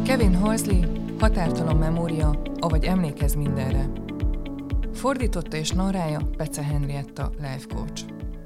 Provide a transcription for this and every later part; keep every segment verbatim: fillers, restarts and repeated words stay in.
Kevin Horsley, Határtalan memória, avagy emlékezz mindenre. Fordította és narrálja Pece Henrietta, life coach.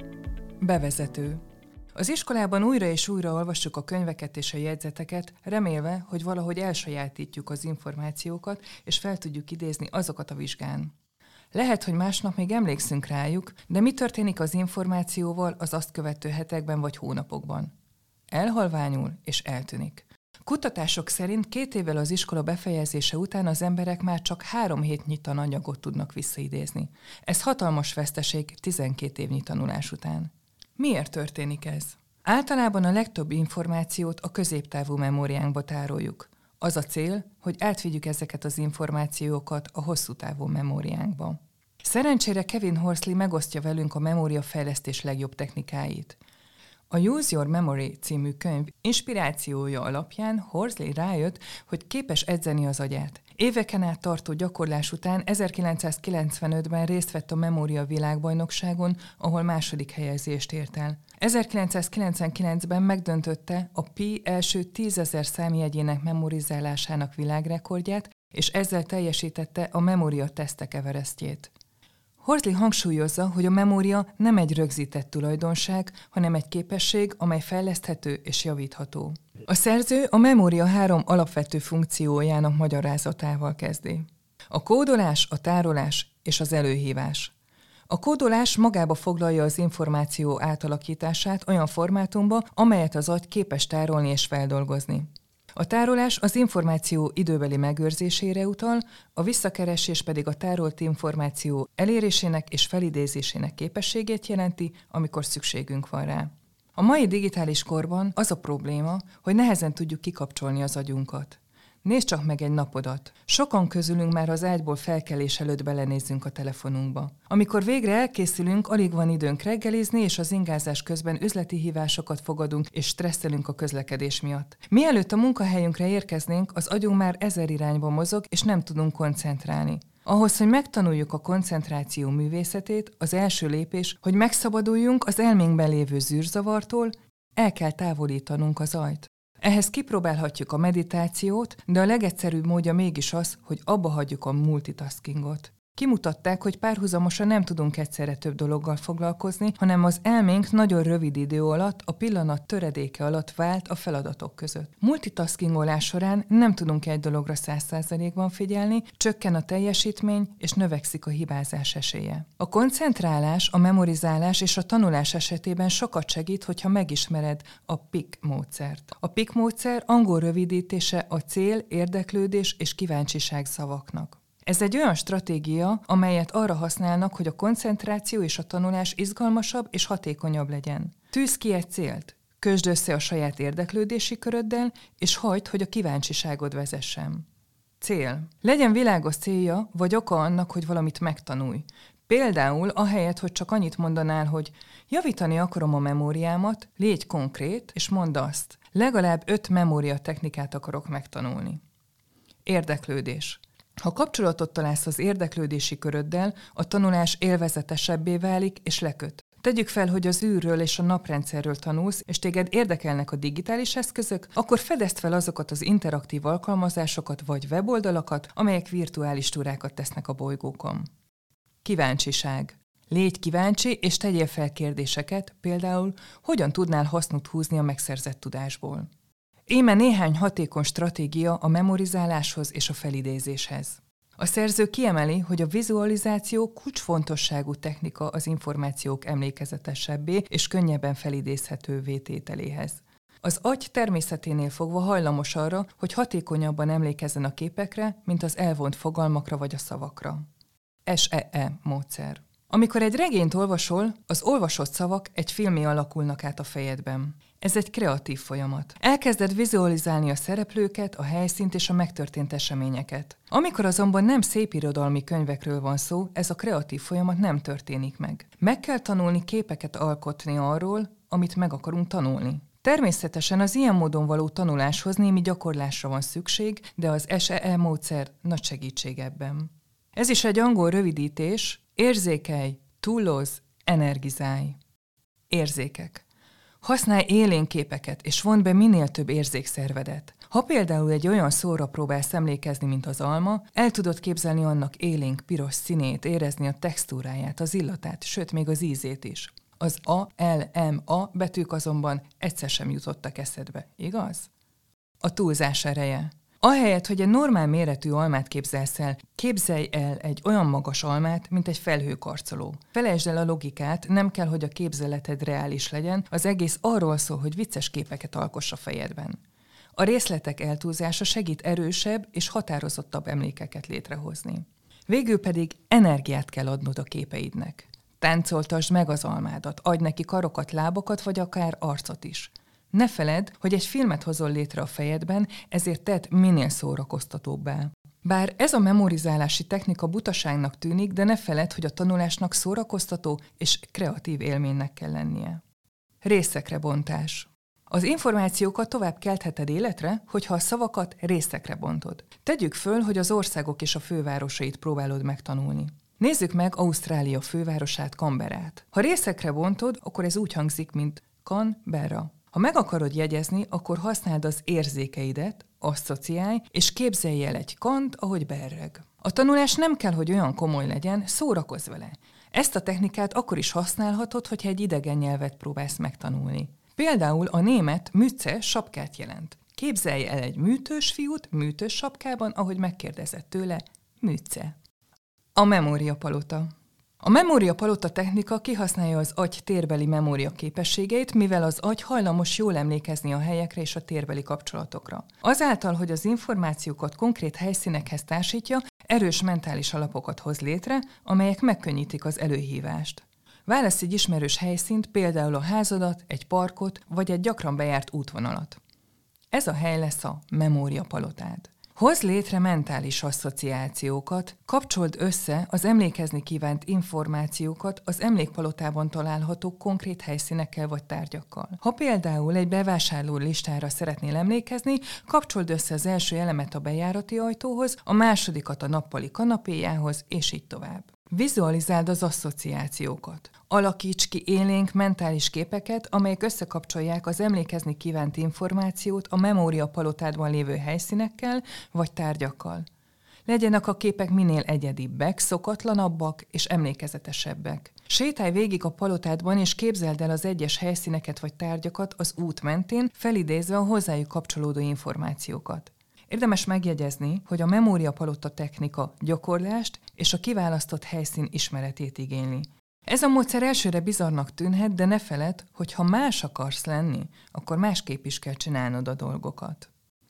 Bevezető. Az iskolában újra és újra olvassuk a könyveket és a jegyzeteket, remélve, hogy valahogy elsajátítjuk az információkat, és fel tudjuk idézni azokat a vizsgán. Lehet, hogy másnap még emlékszünk rájuk, de mi történik az információval az azt követő hetekben vagy hónapokban? Elhalványul és eltűnik. Kutatások szerint két évvel az iskola befejezése után az emberek már csak három hétnyi tananyagot tudnak visszaidézni. Ez hatalmas veszteség tizenkét évnyi tanulás után. Miért történik ez? Általában a legtöbb információt a középtávú memóriánkba tároljuk. Az a cél, hogy átvigyük ezeket az információkat a hosszú távú memóriánkba. Szerencsére Kevin Horsley megosztja velünk a memóriafejlesztés legjobb technikáit. A Use Your Memory című könyv inspirációja alapján Horsley rájött, hogy képes edzeni az agyát. Éveken át tartó gyakorlás után ezerkilencszázkilencvenötben részt vett a Memória világbajnokságon, ahol második helyezést ért el. ezerkilencszázkilencvenkilencben megdöntötte a Pi első tízezer számjegyének memorizálásának világrekordját, és ezzel teljesítette a memória tesztek Everestjét. Horsley hangsúlyozza, hogy a memória nem egy rögzített tulajdonság, hanem egy képesség, amely fejleszthető és javítható. A szerző a memória három alapvető funkciójának magyarázatával kezdi. A kódolás, a tárolás és az előhívás. A kódolás magába foglalja az információ átalakítását olyan formátumba, amelyet az agy képes tárolni és feldolgozni. A tárolás az információ időbeli megőrzésére utal, a visszakeresés pedig a tárolt információ elérésének és felidézésének képességét jelenti, amikor szükségünk van rá. A mai digitális korban az a probléma, hogy nehezen tudjuk kikapcsolni az agyunkat. Nézd csak meg egy napodat. Sokan közülünk már az ágyból felkelés előtt belenézzünk a telefonunkba. Amikor végre elkészülünk, alig van időnk reggelizni, és az ingázás közben üzleti hívásokat fogadunk, és stresszelünk a közlekedés miatt. Mielőtt a munkahelyünkre érkeznénk, az agyunk már ezer irányba mozog, és nem tudunk koncentrálni. Ahhoz, hogy megtanuljuk a koncentráció művészetét, az első lépés, hogy megszabaduljunk az elménkben lévő zűrzavartól, el kell távolítanunk az agyt. Ehhez kipróbálhatjuk a meditációt, de a legegyszerűbb módja mégis az, hogy abba hagyjuk a multitaskingot. Kimutatták, hogy párhuzamosan nem tudunk egyszerre több dologgal foglalkozni, hanem az elménk nagyon rövid idő alatt, a pillanat töredéke alatt vált a feladatok között. Multitaskingolás során nem tudunk egy dologra száz százalékban figyelni, csökken a teljesítmény és növekszik a hibázás esélye. A koncentrálás, a memorizálás és a tanulás esetében sokat segít, hogyha megismered a P I C módszert. A P I C módszer angol rövidítése a cél, érdeklődés és kíváncsiság szavaknak. Ez egy olyan stratégia, amelyet arra használnak, hogy a koncentráció és a tanulás izgalmasabb és hatékonyabb legyen. Tűzz ki egy célt, kösd össze a saját érdeklődési köröddel, és hagyd, hogy a kíváncsiságod vezessen. Cél. Legyen világos célja, vagy oka annak, hogy valamit megtanulj. Például ahelyett, hogy csak annyit mondanál, hogy javítani akarom a memóriámat, légy konkrét, és mondd azt, legalább öt memória technikát akarok megtanulni. Érdeklődés. Ha kapcsolatot találsz az érdeklődési köröddel, a tanulás élvezetesebbé válik és leköt. Tegyük fel, hogy az űrről és a naprendszerről tanulsz, és téged érdekelnek a digitális eszközök, akkor fedezd fel azokat az interaktív alkalmazásokat vagy weboldalakat, amelyek virtuális túrákat tesznek a bolygókon. Kíváncsiság. Légy kíváncsi, és tegyél fel kérdéseket, például, hogyan tudnál hasznot húzni a megszerzett tudásból. Íme néhány hatékony stratégia a memorizáláshoz és a felidézéshez. A szerző kiemeli, hogy a vizualizáció kulcsfontosságú technika az információk emlékezetesebbé és könnyebben felidézhetővé tételéhez. Az agy természeténél fogva hajlamos arra, hogy hatékonyabban emlékezzen a képekre, mint az elvont fogalmakra vagy a szavakra. es e e módszer. Amikor egy regényt olvasol, az olvasott szavak egy filmé alakulnak át a fejedben. Ez egy kreatív folyamat. Elkezded vizualizálni a szereplőket, a helyszínt és a megtörtént eseményeket. Amikor azonban nem szépirodalmi könyvekről van szó, ez a kreatív folyamat nem történik meg. Meg kell tanulni képeket alkotni arról, amit meg akarunk tanulni. Természetesen az ilyen módon való tanuláshoz némi gyakorlásra van szükség, de az es e e módszer nagy segítség ebben. Ez is egy angol rövidítés, érzékelj, túlozz, energizálj. Érzékek. Használj élénk képeket, és vond be minél több érzékszervedet. Ha például egy olyan szóra próbálsz emlékezni, mint az alma, el tudod képzelni annak élénk piros színét, érezni a textúráját, az illatát, sőt még az ízét is. Az A, L, M, A betűk azonban egyszer sem jutottak eszedbe, igaz? A túlzás ereje. Ahelyett, hogy egy normál méretű almát képzelsz el, képzelj el egy olyan magas almát, mint egy felhőkarcoló. Felejtsd el a logikát, nem kell, hogy a képzeleted reális legyen, az egész arról szól, hogy vicces képeket alkoss a fejedben. A részletek eltúlzása segít erősebb és határozottabb emlékeket létrehozni. Végül pedig energiát kell adnod a képeidnek. Táncoltasd meg az almádat, adj neki karokat, lábakat vagy akár arcot is. Ne feledd, hogy egy filmet hozol létre a fejedben, ezért tedd minél szórakoztatóbbá. Bár ez a memorizálási technika butaságnak tűnik, de ne feledd, hogy a tanulásnak szórakoztató és kreatív élménynek kell lennie. Részekre bontás. Az információkat tovább keltheted életre, hogyha a szavakat részekre bontod. Tegyük föl, hogy az országok és a fővárosait próbálod megtanulni. Nézzük meg Ausztrália fővárosát, Canberrát. Ha részekre bontod, akkor ez úgy hangzik, mint Canberra. Ha meg akarod jegyezni, akkor használd az érzékeidet, asszociálj, és képzelj el egy kant, ahogy berreg. A tanulás nem kell, hogy olyan komoly legyen, szórakozz vele. Ezt a technikát akkor is használhatod, hogyha egy idegen nyelvet próbálsz megtanulni. Például a német Mütze sapkát jelent. Képzelj el egy műtős fiút műtős sapkában, ahogy megkérdezett tőle, Mütze. A memóriapalota. A memóriapalota technika kihasználja az agy térbeli memória képességeit, mivel az agy hajlamos jól emlékezni a helyekre és a térbeli kapcsolatokra. Azáltal, hogy az információkat konkrét helyszínekhez társítja, erős mentális alapokat hoz létre, amelyek megkönnyítik az előhívást. Válasz egy ismerős helyszínt, például a házadat, egy parkot vagy egy gyakran bejárt útvonalat. Ez a hely lesz a memóriapalotád. Hozz létre mentális asszociációkat, kapcsold össze az emlékezni kívánt információkat az emlékpalotában található konkrét helyszínekkel vagy tárgyakkal. Ha például egy bevásárló listára szeretnél emlékezni, kapcsold össze az első elemet a bejárati ajtóhoz, a másodikat a nappali kanapéjához, és így tovább. Vizualizáld az asszociációkat. Alakíts ki élénk mentális képeket, amelyek összekapcsolják az emlékezni kívánt információt a memóriapalotádban lévő helyszínekkel vagy tárgyakkal. Legyenek a képek minél egyedibbek, szokatlanabbak és emlékezetesebbek. Sétálj végig a palotádban és képzeld el az egyes helyszíneket vagy tárgyakat az út mentén, felidézve a hozzájuk kapcsolódó információkat. Érdemes megjegyezni, hogy a memóriapalota technika gyakorlást és a kiválasztott helyszín ismeretét igényli. Ez a módszer elsőre bizarrnak tűnhet, de ne feledd, hogy ha más akarsz lenni, akkor másképp is kell csinálnod a dolgokat.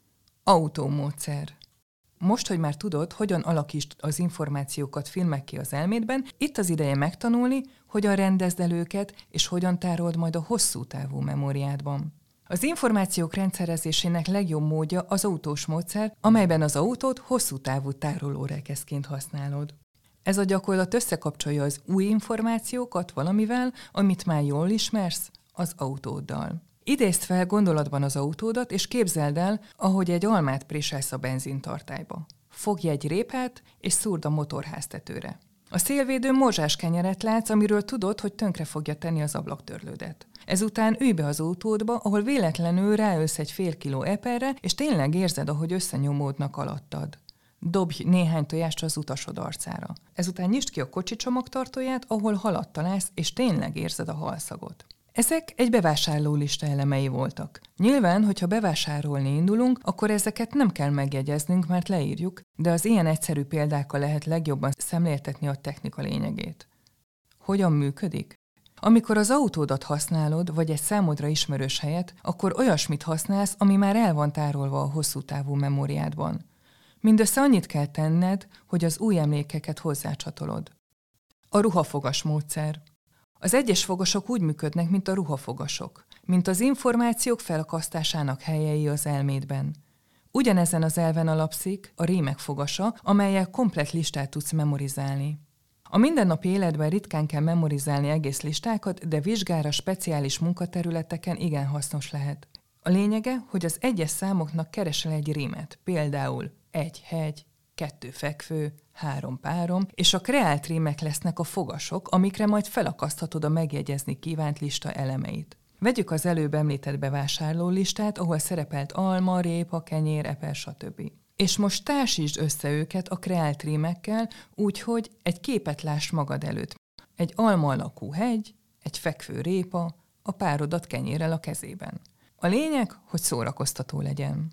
Autómódszer. Most, hogy már tudod, hogyan alakítsd az információkat filmekké az elmédben, itt az ideje megtanulni, hogyan rendezd el őket, és hogyan tárold majd a hosszú távú memóriádban. Az információk rendszerezésének legjobb módja az autós módszer, amelyben az autót hosszú távú tárolórekeszként használod. Ez a gyakorlat összekapcsolja az új információkat valamivel, amit már jól ismersz, az autóddal. Idézd fel gondolatban az autódat, és képzeld el, ahogy egy almát préselsz a benzintartályba. Fogj egy répát, és szúrd a motorháztetőre. A szélvédő morzsás kenyeret látsz, amiről tudod, hogy tönkre fogja tenni az ablaktörlődet. Ezután ülj be az autódba, ahol véletlenül ráölsz egy fél kiló eperre, és tényleg érzed, ahogy összenyomódnak alattad. Dobj néhány tojást az utasod arcára. Ezután nyisd ki a kocsi csomagtartóját, ahol halat találsz, és tényleg érzed a halszagot. Ezek egy bevásárlólista elemei voltak. Nyilván, hogyha bevásárolni indulunk, akkor ezeket nem kell megjegyeznünk, mert leírjuk, de az ilyen egyszerű példákkal lehet legjobban szemléltetni a technika lényegét. Hogyan működik? Amikor az autódat használod, vagy egy számodra ismerős helyet, akkor olyasmit használsz, ami már el van tárolva a hosszú távú memóriádban. Mindössze annyit kell tenned, hogy az új emlékeket hozzácsatolod. A ruhafogas módszer. Az egyes fogasok úgy működnek, mint a ruhafogasok, mint az információk felakasztásának helyei az elmédben. Ugyanezen az elven alapszik a rímek fogasa, amellyel komplett listát tudsz memorizálni. A mindennapi életben ritkán kell memorizálni egész listákat, de vizsgára speciális munkaterületeken igen hasznos lehet. A lényege, hogy az egyes számoknak keresel egy rímet, például egy hegy, kettő fekvő, három párom, és a kreált rímek lesznek a fogasok, amikre majd felakaszthatod a megjegyezni kívánt lista elemeit. Vegyük az előbb említett bevásárlólistát, ahol szerepelt alma, répa, kenyér, epel, stb. És most társítsd össze őket a kreált rímekkel, úgyhogy egy képet láss magad előtt. Egy alma alakú hegy, egy fekvő répa, a párodat kenyérrel a kezében. A lényeg, hogy szórakoztató legyen.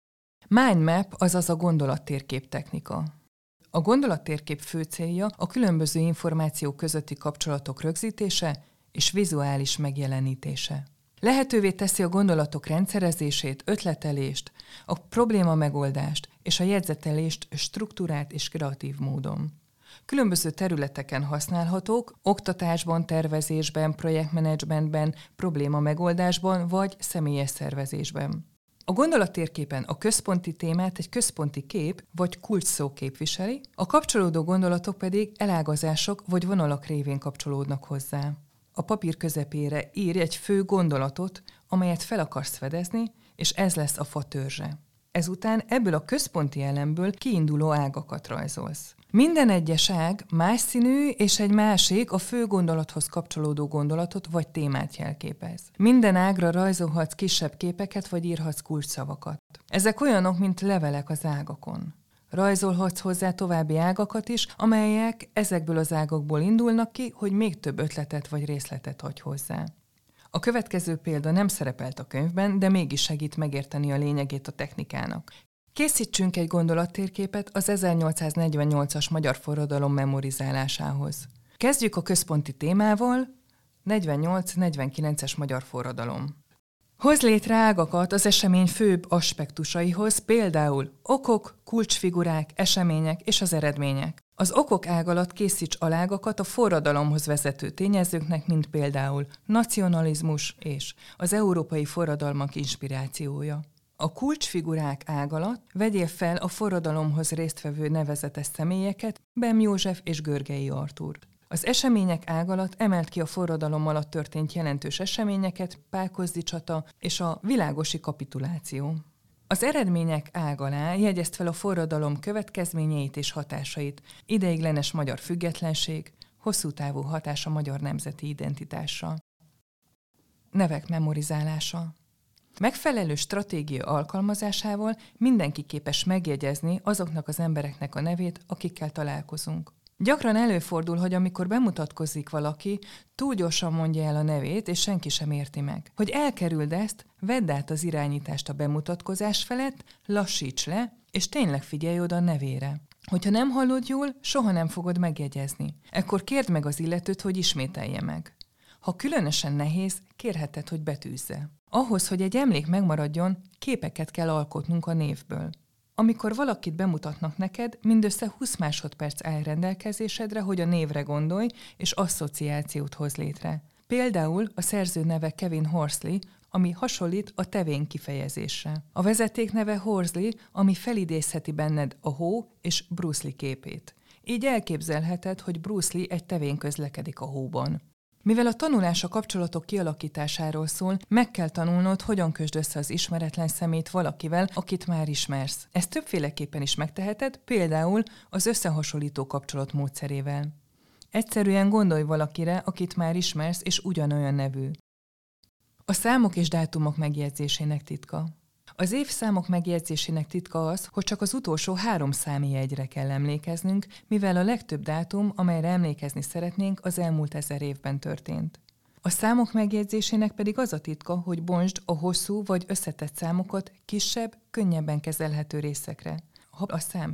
Mindmap, azaz a gondolattérkép technika. A gondolattérkép fő célja a különböző információk közötti kapcsolatok rögzítése és vizuális megjelenítése. Lehetővé teszi a gondolatok rendszerezését, ötletelést, a probléma megoldást és a jegyzetelést struktúrált és kreatív módon. Különböző területeken használhatók, oktatásban, tervezésben, projektmenedzsmentben, probléma megoldásban vagy személyes szervezésben. A gondolattérképen a központi témát egy központi kép vagy kulcsszó képviseli, a kapcsolódó gondolatok pedig elágazások vagy vonalak révén kapcsolódnak hozzá. A papír közepére írj egy fő gondolatot, amelyet fel akarsz fedezni, és ez lesz a fa törzse. Ezután ebből a központi elemből kiinduló ágakat rajzolsz. Minden egyes ág más színű, és egy másik a fő gondolathoz kapcsolódó gondolatot vagy témát jelképez. Minden ágra rajzolhatsz kisebb képeket, vagy írhatsz kulcsszavakat. Ezek olyanok, mint levelek az ágakon. Rajzolhatsz hozzá további ágakat is, amelyek ezekből az ágakból indulnak ki, hogy még több ötletet vagy részletet adj hozzá. A következő példa nem szerepelt a könyvben, de mégis segít megérteni a lényegét a technikának. Készítsünk egy gondolattérképet az ezernyolcszáznegyvennyolcas magyar forradalom memorizálásához. Kezdjük a központi témával, negyvennyolc-negyvenkilences magyar forradalom. Hozz létre ágakat az esemény főbb aspektusaihoz, például okok, kulcsfigurák, események és az eredmények. Az okok ág alatt készíts alágakat a forradalomhoz vezető tényezőknek, mint például nacionalizmus és az európai forradalmak inspirációja. A kulcsfigurák ág alatt vegyél fel a forradalomhoz résztvevő nevezetes személyeket, Bem József és Görgei Artúr. Az események ág alatt emelt ki a forradalom alatt történt jelentős eseményeket, Pákozdi csata és a világosi kapituláció. Az eredmények ág alá jegyezd fel a forradalom következményeit és hatásait, ideiglenes magyar függetlenség, hosszú távú hatás a magyar nemzeti identitásra. Nevek memorizálása. Megfelelő stratégia alkalmazásával mindenki képes megjegyezni azoknak az embereknek a nevét, akikkel találkozunk. Gyakran előfordul, hogy amikor bemutatkozik valaki, túl gyorsan mondja el a nevét, és senki sem érti meg. Hogy elkerüld ezt, vedd át az irányítást a bemutatkozás felett, lassíts le, és tényleg figyelj oda a nevére. Hogyha nem hallod jól, soha nem fogod megjegyezni. Ekkor kérd meg az illetőt, hogy ismételje meg. Ha különösen nehéz, kérheted, hogy betűzze. Ahhoz, hogy egy emlék megmaradjon, képeket kell alkotnunk a névből. Amikor valakit bemutatnak neked, mindössze húsz másodperc áll rendelkezésedre, hogy a névre gondolj, és asszociációt hoz létre. Például a szerző neve Kevin Horsley, ami hasonlít a tevény kifejezésre. A vezeték neve Horsley, ami felidézheti benned a hó és Bruce Lee képét. Így elképzelheted, hogy Bruce Lee egy tevény közlekedik a hóban. Mivel a tanulás a kapcsolatok kialakításáról szól, meg kell tanulnod, hogyan kösd össze az ismeretlen szemét valakivel, akit már ismersz. Ezt többféleképpen is megteheted, például az összehasonlító kapcsolat módszerével. Egyszerűen gondolj valakire, akit már ismersz, és ugyanolyan nevű. A számok és dátumok megjegyzésének titka. Az évszámok megjegyzésének titka az, hogy csak az utolsó három számi jegyre kell emlékeznünk, mivel a legtöbb dátum, amelyre emlékezni szeretnénk, az elmúlt ezer évben történt. A számok megjegyzésének pedig az a titka, hogy bontsd a hosszú vagy összetett számokat kisebb, könnyebben kezelhető részekre. Ha a szám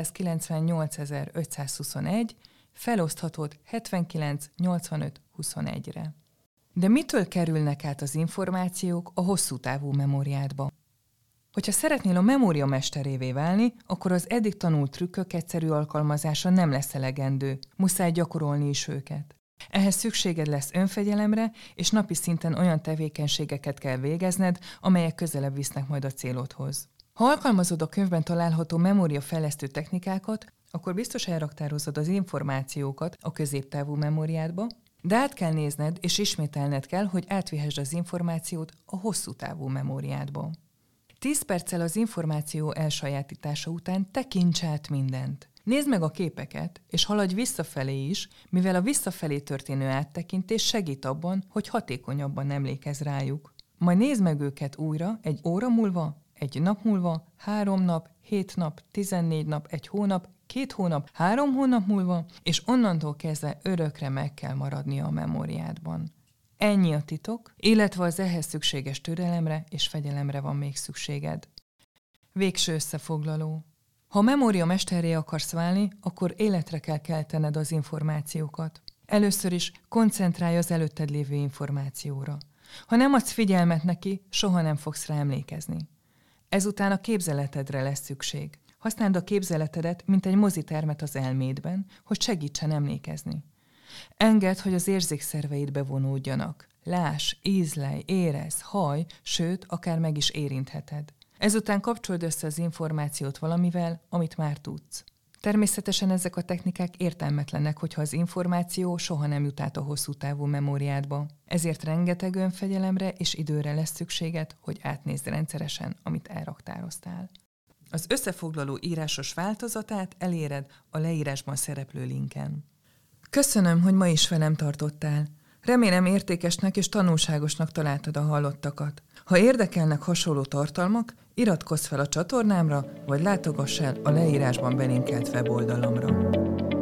hétszázkilencvennyolcezer-ötszázhuszonegy, feloszthatod hetvenkilenc nyolcvanöt huszonegyre. De mitől kerülnek át az információk a hosszú távú memóriádba? Hogyha szeretnél a memória mesterévé válni, akkor az eddig tanult trükkök egyszerű alkalmazása nem lesz elegendő, muszáj gyakorolni is őket. Ehhez szükséged lesz önfegyelemre, és napi szinten olyan tevékenységeket kell végezned, amelyek közelebb visznek majd a célodhoz. Ha alkalmazod a könyvben található memóriafejlesztő technikákat, akkor biztos elraktározod az információkat a középtávú memóriádba, de át kell nézned és ismételned kell, hogy átvihesd az információt a hosszú távú memóriádba. Tíz perccel az információ elsajátítása után tekints át mindent. Nézd meg a képeket, és haladj visszafelé is, mivel a visszafelé történő áttekintés segít abban, hogy hatékonyabban emlékezz rájuk. Majd nézd meg őket újra egy óra múlva, egy nap múlva, három nap, hét nap, tizennégy nap, egy hónap, két hónap, három hónap múlva, és onnantól kezdve örökre meg kell maradnia a memóriádban. Ennyi a titok, illetve az ehhez szükséges türelemre és fegyelemre van még szükséged. Végső összefoglaló. Ha a memória mesterré akarsz válni, akkor életre kell keltened az információkat. Először is koncentrálj az előtted lévő információra. Ha nem adsz figyelmet neki, soha nem fogsz rá emlékezni. Ezután a képzeletedre lesz szükség. Használd a képzeletedet, mint egy mozitermet az elmédben, hogy segítsen emlékezni. Engedd, hogy az érzékszerveid bevonódjanak. Láss, ízlelj, érezz, hallj, sőt, akár meg is érintheted. Ezután kapcsold össze az információt valamivel, amit már tudsz. Természetesen ezek a technikák értelmetlenek, hogyha az információ soha nem jut át a hosszú távú memóriádba. Ezért rengeteg önfegyelemre és időre lesz szükséged, hogy átnézd rendszeresen, amit elraktároztál. Az összefoglaló írásos változatát eléred a leírásban szereplő linken. Köszönöm, hogy ma is velem tartottál. Remélem értékesnek és tanulságosnak találtad a hallottakat. Ha érdekelnek hasonló tartalmak, iratkozz fel a csatornámra, vagy látogass el a leírásban belinkelt weboldalamra.